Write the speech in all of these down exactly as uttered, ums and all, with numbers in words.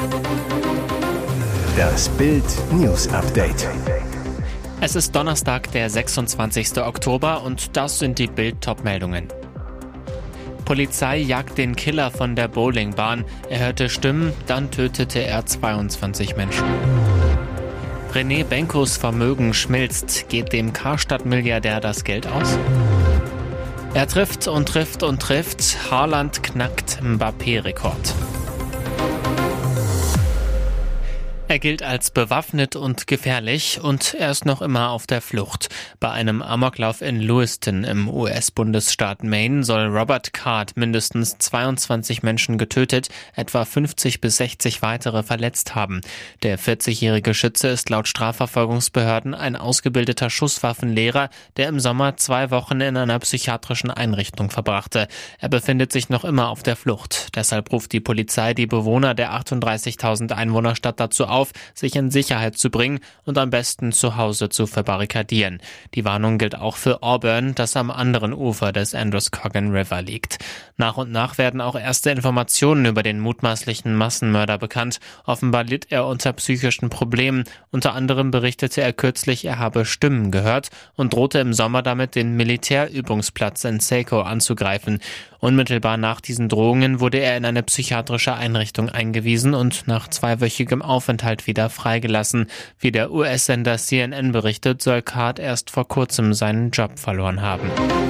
Das Bild News Update. Es ist Donnerstag, der sechsundzwanzigster Oktober und das sind die Bild-Top-Meldungen. Polizei jagt den Killer von der Bowlingbahn. Er hörte Stimmen, dann tötete er zweiundzwanzig Menschen. René Benkos Vermögen schmilzt. Geht dem Karstadt-Milliardär das Geld aus? Er trifft und trifft und trifft. Haaland knackt Mbappé-Rekord. Er gilt als bewaffnet und gefährlich und er ist noch immer auf der Flucht. Bei einem Amoklauf in Lewiston im U S-Bundesstaat Maine soll Robert Card mindestens zweiundzwanzig Menschen getötet, etwa fünfzig bis sechzig weitere verletzt haben. Der vierzigjährige Schütze ist laut Strafverfolgungsbehörden ein ausgebildeter Schusswaffenlehrer, der im Sommer zwei Wochen in einer psychiatrischen Einrichtung verbrachte. Er befindet sich noch immer auf der Flucht. Deshalb ruft die Polizei die Bewohner der achtunddreißigtausend Einwohnerstadt dazu auf, sich in Sicherheit zu bringen und am besten zu Hause zu verbarrikadieren. Die Warnung gilt auch für Auburn, das am anderen Ufer des Androscoggin River liegt. Nach und nach werden auch erste Informationen über den mutmaßlichen Massenmörder bekannt. Offenbar litt er unter psychischen Problemen. Unter anderem berichtete er kürzlich, er habe Stimmen gehört und drohte im Sommer damit, den Militärübungsplatz in Saco anzugreifen. Unmittelbar nach diesen Drohungen wurde er in eine psychiatrische Einrichtung eingewiesen und nach zweiwöchigem Aufenthalt wieder freigelassen. Wie der U S-Sender C N N berichtet, soll Card erst vor kurzem seinen Job verloren haben.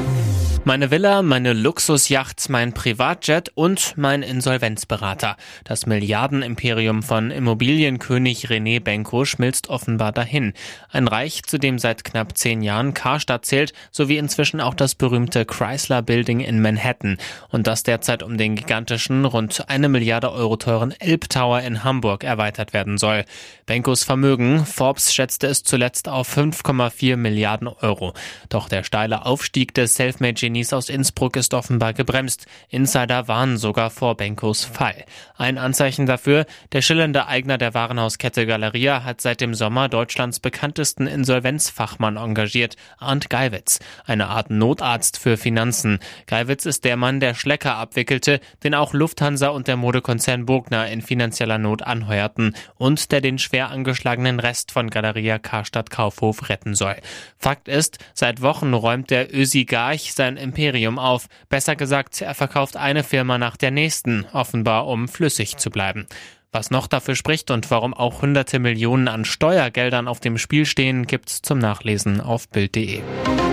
Meine Villa, meine Luxusjacht, mein Privatjet und mein Insolvenzberater. Das Milliardenimperium von Immobilienkönig René Benko schmilzt offenbar dahin. Ein Reich, zu dem seit knapp zehn Jahren Karstadt zählt, sowie inzwischen auch das berühmte Chrysler Building in Manhattan. Und das derzeit um den gigantischen, rund eine Milliarde Euro teuren Elbtower in Hamburg erweitert werden soll. Benkos Vermögen, Forbes schätzte es zuletzt auf fünf Komma vier Milliarden Euro. Doch der steile Aufstieg des Selfmade-Genies aus Innsbruck ist offenbar gebremst. Insider warnen sogar vor Benkos Fall. Ein Anzeichen dafür, der schillernde Eigner der Warenhauskette Galeria hat seit dem Sommer Deutschlands bekanntesten Insolvenzfachmann engagiert, Arndt Geiwitz, eine Art Notarzt für Finanzen. Geiwitz ist der Mann, der Schlecker abwickelte, den auch Lufthansa und der Modekonzern Burgner in finanzieller Not anheuerten und der den schwer angeschlagenen Rest von Galeria Karstadt Kaufhof retten soll. Fakt ist, seit Wochen räumt der Ösigarch sein Imperium auf. Besser gesagt, er verkauft eine Firma nach der nächsten, offenbar um flüssig zu bleiben. Was noch dafür spricht und warum auch hunderte Millionen an Steuergeldern auf dem Spiel stehen, gibt's zum Nachlesen auf bild punkt de.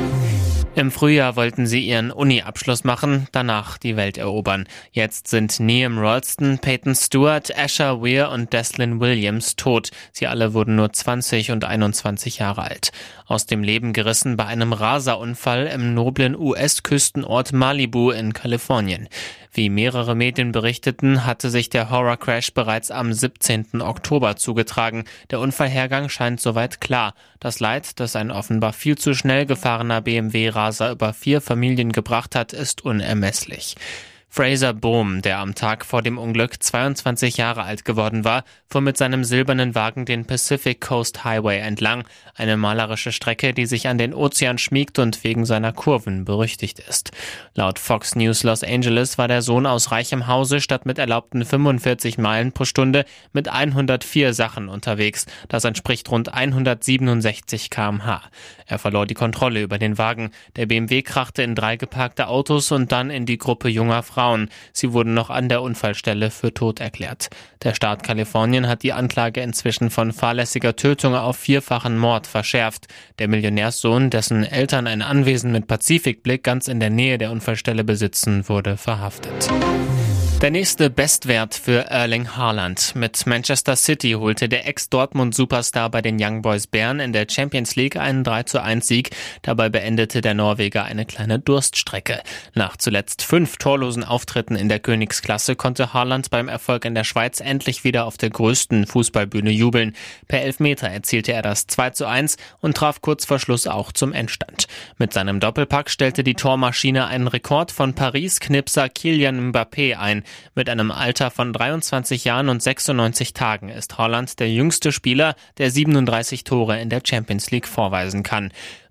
Im Frühjahr wollten sie ihren Uni-Abschluss machen, danach die Welt erobern. Jetzt sind Liam Ralston, Peyton Stewart, Asher Weir und Deslin Williams tot. Sie alle wurden nur zwanzig und einundzwanzig Jahre alt. Aus dem Leben gerissen bei einem Raserunfall im noblen U S-Küstenort Malibu in Kalifornien. Wie mehrere Medien berichteten, hatte sich der Horrorcrash bereits am siebzehnten Oktober zugetragen. Der Unfallhergang scheint soweit klar. Das Leid, das ein offenbar viel zu schnell gefahrener B M W-Raser über vier Familien gebracht hat, ist unermesslich. Fraser Bohm, der am Tag vor dem Unglück zweiundzwanzig Jahre alt geworden war, fuhr mit seinem silbernen Wagen den Pacific Coast Highway entlang, eine malerische Strecke, die sich an den Ozean schmiegt und wegen seiner Kurven berüchtigt ist. Laut Fox News Los Angeles war der Sohn aus reichem Hause statt mit erlaubten fünfundvierzig Meilen pro Stunde mit hundertvier Sachen unterwegs. Das entspricht rund hundertsiebenundsechzig Kilometer pro Stunde. Er verlor die Kontrolle über den Wagen. Der B M W krachte in drei geparkte Autos und dann in die Gruppe junger Frauen. Sie wurden noch an der Unfallstelle für tot erklärt. Der Staat Kalifornien hat die Anklage inzwischen von fahrlässiger Tötung auf vierfachen Mord verschärft. Der Millionärssohn, dessen Eltern ein Anwesen mit Pazifikblick ganz in der Nähe der Unfallstelle besitzen, wurde verhaftet. Der nächste Bestwert für Erling Haaland. Mit Manchester City holte der Ex-Dortmund-Superstar bei den Young Boys Bern in der Champions League einen drei zu eins Sieg. Dabei beendete der Norweger eine kleine Durststrecke. Nach zuletzt fünf torlosen Auftritten in der Königsklasse konnte Haaland beim Erfolg in der Schweiz endlich wieder auf der größten Fußballbühne jubeln. Per Elfmeter erzielte er das zwei zu eins und traf kurz vor Schluss auch zum Endstand. Mit seinem Doppelpack stellte die Tormaschine einen Rekord von Paris-Knipser Kylian Mbappé ein. Mit einem Alter von dreiundzwanzig Jahren und sechsundneunzig Tagen ist Haaland der jüngste Spieler, der siebenunddreißig Tore in der Champions League vorweisen kann.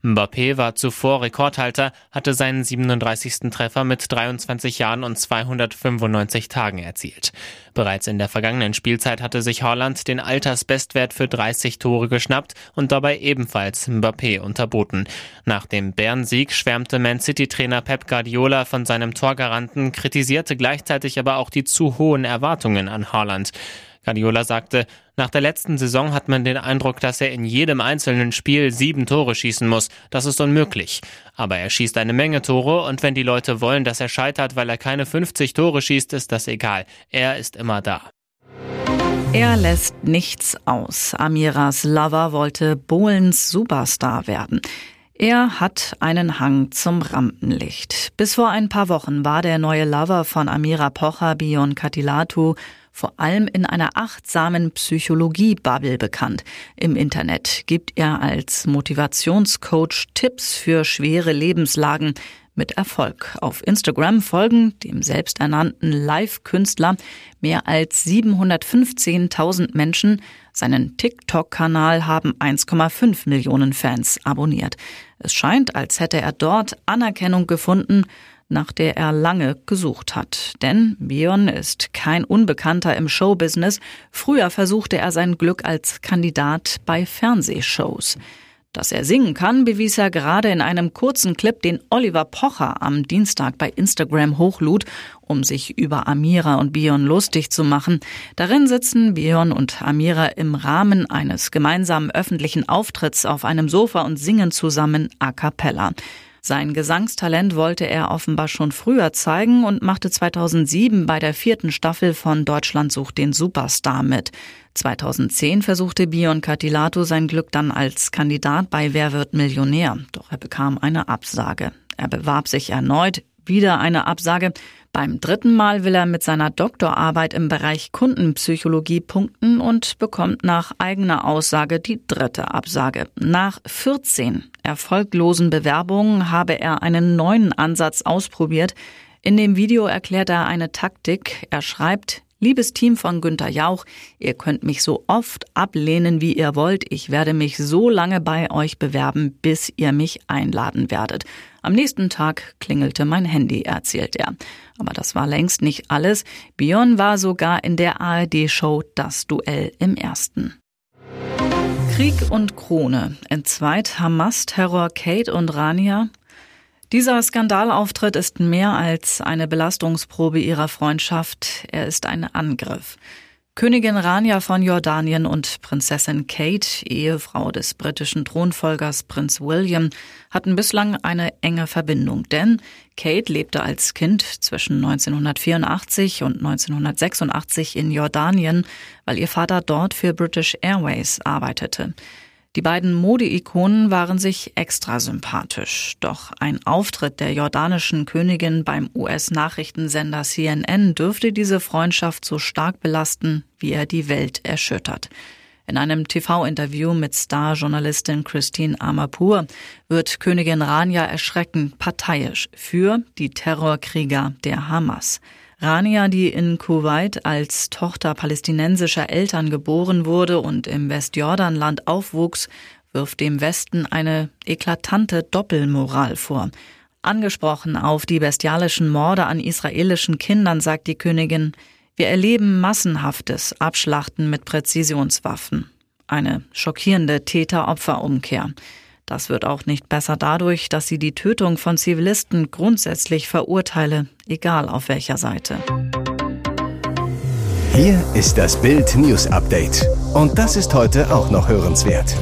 Mbappé war zuvor Rekordhalter, hatte seinen siebenunddreißigsten Treffer mit dreiundzwanzig Jahren und zweihundertfünfundneunzig Tagen erzielt. Bereits in der vergangenen Spielzeit hatte sich Haaland den Altersbestwert für dreißig Tore geschnappt und dabei ebenfalls Mbappé unterboten. Nach dem Bayern-Sieg schwärmte Man-City-Trainer Pep Guardiola von seinem Torgaranten, kritisierte gleichzeitig aber auch die zu hohen Erwartungen an Haaland. Guardiola sagte, nach der letzten Saison hat man den Eindruck, dass er in jedem einzelnen Spiel sieben Tore schießen muss. Das ist unmöglich. Aber er schießt eine Menge Tore und wenn die Leute wollen, dass er scheitert, weil er keine fünfzig Tore schießt, ist das egal. Er ist immer da. Er lässt nichts aus. Amiras Lover wollte Bohlens Superstar werden. Er hat einen Hang zum Rampenlicht. Bis vor ein paar Wochen war der neue Lover von Amira Pocher, Bion Katilatu, vor allem in einer achtsamen Psychologie-Bubble bekannt. Im Internet gibt er als Motivationscoach Tipps für schwere Lebenslagen mit Erfolg. Auf Instagram folgen dem selbsternannten Live-Künstler mehr als siebenhundertfünfzehntausend Menschen. Seinen TikTok-Kanal haben eins Komma fünf Millionen Fans abonniert. Es scheint, als hätte er dort Anerkennung gefunden, nach der er lange gesucht hat. Denn Bion ist kein Unbekannter im Showbusiness. Früher versuchte er sein Glück als Kandidat bei Fernsehshows. Dass er singen kann, bewies er gerade in einem kurzen Clip, den Oliver Pocher am Dienstag bei Instagram hochlud, um sich über Amira und Bion lustig zu machen. Darin sitzen Bion und Amira im Rahmen eines gemeinsamen öffentlichen Auftritts auf einem Sofa und singen zusammen a cappella. Sein Gesangstalent wollte er offenbar schon früher zeigen und machte zweitausendsieben bei der vierten Staffel von Deutschland sucht den Superstar mit. zweitausendzehn versuchte Bion Katilatu sein Glück dann als Kandidat bei Wer wird Millionär, doch er bekam eine Absage. Er bewarb sich erneut, wieder eine Absage. Beim dritten Mal will er mit seiner Doktorarbeit im Bereich Kundenpsychologie punkten und bekommt nach eigener Aussage die dritte Absage. Nach vierzehn erfolglosen Bewerbungen habe er einen neuen Ansatz ausprobiert. In dem Video erklärt er eine Taktik. Er schreibt: Liebes Team von Günther Jauch, ihr könnt mich so oft ablehnen, wie ihr wollt. Ich werde mich so lange bei euch bewerben, bis ihr mich einladen werdet. Am nächsten Tag klingelte mein Handy, erzählt er. Aber das war längst nicht alles. Bion war sogar in der A R D-Show Das Duell im Ersten. Krieg und Krone. Entzweit Hamas-Terror Kate und Rania. Dieser Skandalauftritt ist mehr als eine Belastungsprobe ihrer Freundschaft. Er ist ein Angriff. Königin Rania von Jordanien und Prinzessin Kate, Ehefrau des britischen Thronfolgers Prinz William, hatten bislang eine enge Verbindung. Denn Kate lebte als Kind zwischen neunzehnhundertvierundachtzig und neunzehnhundertsechsundachtzig in Jordanien, weil ihr Vater dort für British Airways arbeitete. Die beiden Mode-Ikonen waren sich extra sympathisch. Doch ein Auftritt der jordanischen Königin beim U S-Nachrichtensender C N N dürfte diese Freundschaft so stark belasten, wie er die Welt erschüttert. In einem T V-Interview mit Star-Journalistin Christine Amarpour wird Königin Rania erschreckend parteiisch für die Terrorkrieger der Hamas. Rania, die in Kuwait als Tochter palästinensischer Eltern geboren wurde und im Westjordanland aufwuchs, wirft dem Westen eine eklatante Doppelmoral vor. Angesprochen auf die bestialischen Morde an israelischen Kindern, sagt die Königin: Wir erleben massenhaftes Abschlachten mit Präzisionswaffen. Eine schockierende Täter-Opfer-Umkehr. Das wird auch nicht besser dadurch, dass sie die Tötung von Zivilisten grundsätzlich verurteile, egal auf welcher Seite. Hier ist das Bild News Update. Und das ist heute auch noch hörenswert.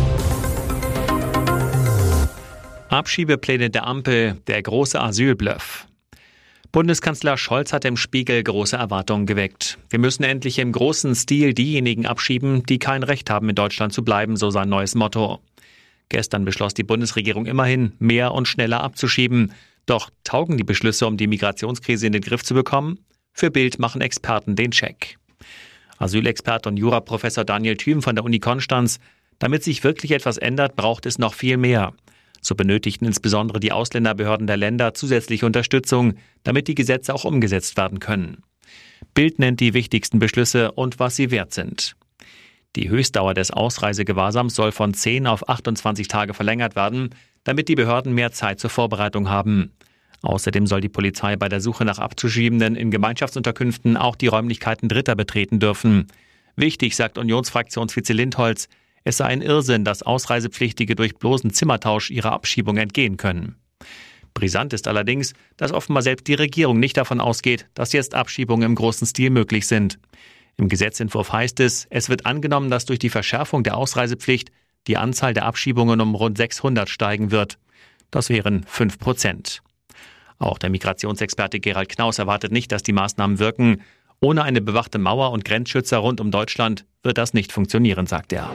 Abschiebepläne der Ampel, der große Asylbluff. Bundeskanzler Scholz hat im Spiegel große Erwartungen geweckt. Wir müssen endlich im großen Stil diejenigen abschieben, die kein Recht haben, in Deutschland zu bleiben, so sein neues Motto. Gestern beschloss die Bundesregierung immerhin, mehr und schneller abzuschieben. Doch taugen die Beschlüsse, um die Migrationskrise in den Griff zu bekommen? Für Bild machen Experten den Check. Asylexperte und Juraprofessor Daniel Thüm von der Uni Konstanz: Damit sich wirklich etwas ändert, braucht es noch viel mehr. So benötigten insbesondere die Ausländerbehörden der Länder zusätzliche Unterstützung, damit die Gesetze auch umgesetzt werden können. Bild nennt die wichtigsten Beschlüsse und was sie wert sind. Die Höchstdauer des Ausreisegewahrsams soll von zehn auf achtundzwanzig Tage verlängert werden, damit die Behörden mehr Zeit zur Vorbereitung haben. Außerdem soll die Polizei bei der Suche nach Abzuschiebenden in Gemeinschaftsunterkünften auch die Räumlichkeiten Dritter betreten dürfen. Wichtig, sagt Unionsfraktionsvize Lindholz, es sei ein Irrsinn, dass Ausreisepflichtige durch bloßen Zimmertausch ihrer Abschiebung entgehen können. Brisant ist allerdings, dass offenbar selbst die Regierung nicht davon ausgeht, dass jetzt Abschiebungen im großen Stil möglich sind. Im Gesetzentwurf heißt es, es wird angenommen, dass durch die Verschärfung der Ausreisepflicht die Anzahl der Abschiebungen um rund sechshundert steigen wird. Das wären fünf Prozent. Auch der Migrationsexperte Gerald Knaus erwartet nicht, dass die Maßnahmen wirken. Ohne eine bewachte Mauer und Grenzschützer rund um Deutschland wird das nicht funktionieren, sagt er.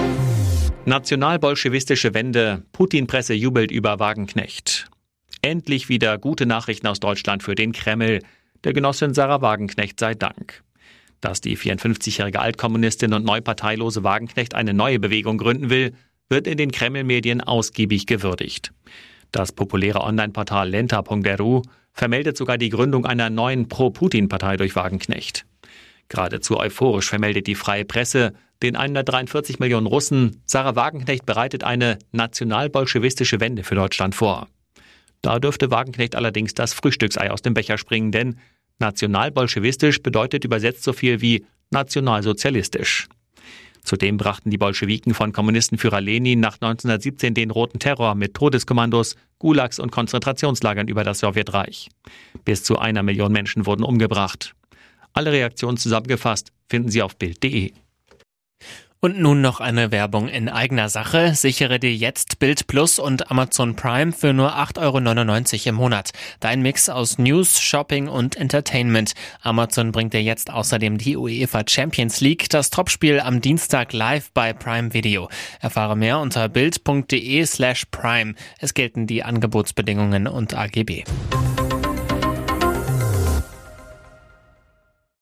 Nationalbolschewistische Wende. Putin-Presse jubelt über Wagenknecht. Endlich wieder gute Nachrichten aus Deutschland für den Kreml. Der Genossin Sarah Wagenknecht sei Dank. Dass die vierundfünfzigjährige Altkommunistin und neuparteilose Wagenknecht eine neue Bewegung gründen will, wird in den Kreml-Medien ausgiebig gewürdigt. Das populäre Online-Portal lenta punkt r u vermeldet sogar die Gründung einer neuen Pro-Putin-Partei durch Wagenknecht. Geradezu euphorisch vermeldet die Freie Presse, den hundertdreiundvierzig Millionen Russen, Sarah Wagenknecht bereitet eine nationalbolschewistische Wende für Deutschland vor. Da dürfte Wagenknecht allerdings das Frühstücksei aus dem Becher springen, denn nationalbolschewistisch bedeutet übersetzt so viel wie nationalsozialistisch. Zudem brachten die Bolschewiken von Kommunistenführer Lenin nach neunzehnhundertsiebzehn den Roten Terror mit Todeskommandos, Gulags und Konzentrationslagern über das Sowjetreich. Bis zu einer Million Menschen wurden umgebracht. Alle Reaktionen zusammengefasst finden Sie auf bild punkt de. Und nun noch eine Werbung in eigener Sache. Sichere dir jetzt Bild Plus und Amazon Prime für nur acht Euro neunundneunzig im Monat. Dein Mix aus News, Shopping und Entertainment. Amazon bringt dir jetzt außerdem die UEFA Champions League, das Topspiel am Dienstag live bei Prime Video. Erfahre mehr unter bild punkt de slash prime. Es gelten die Angebotsbedingungen und A G B.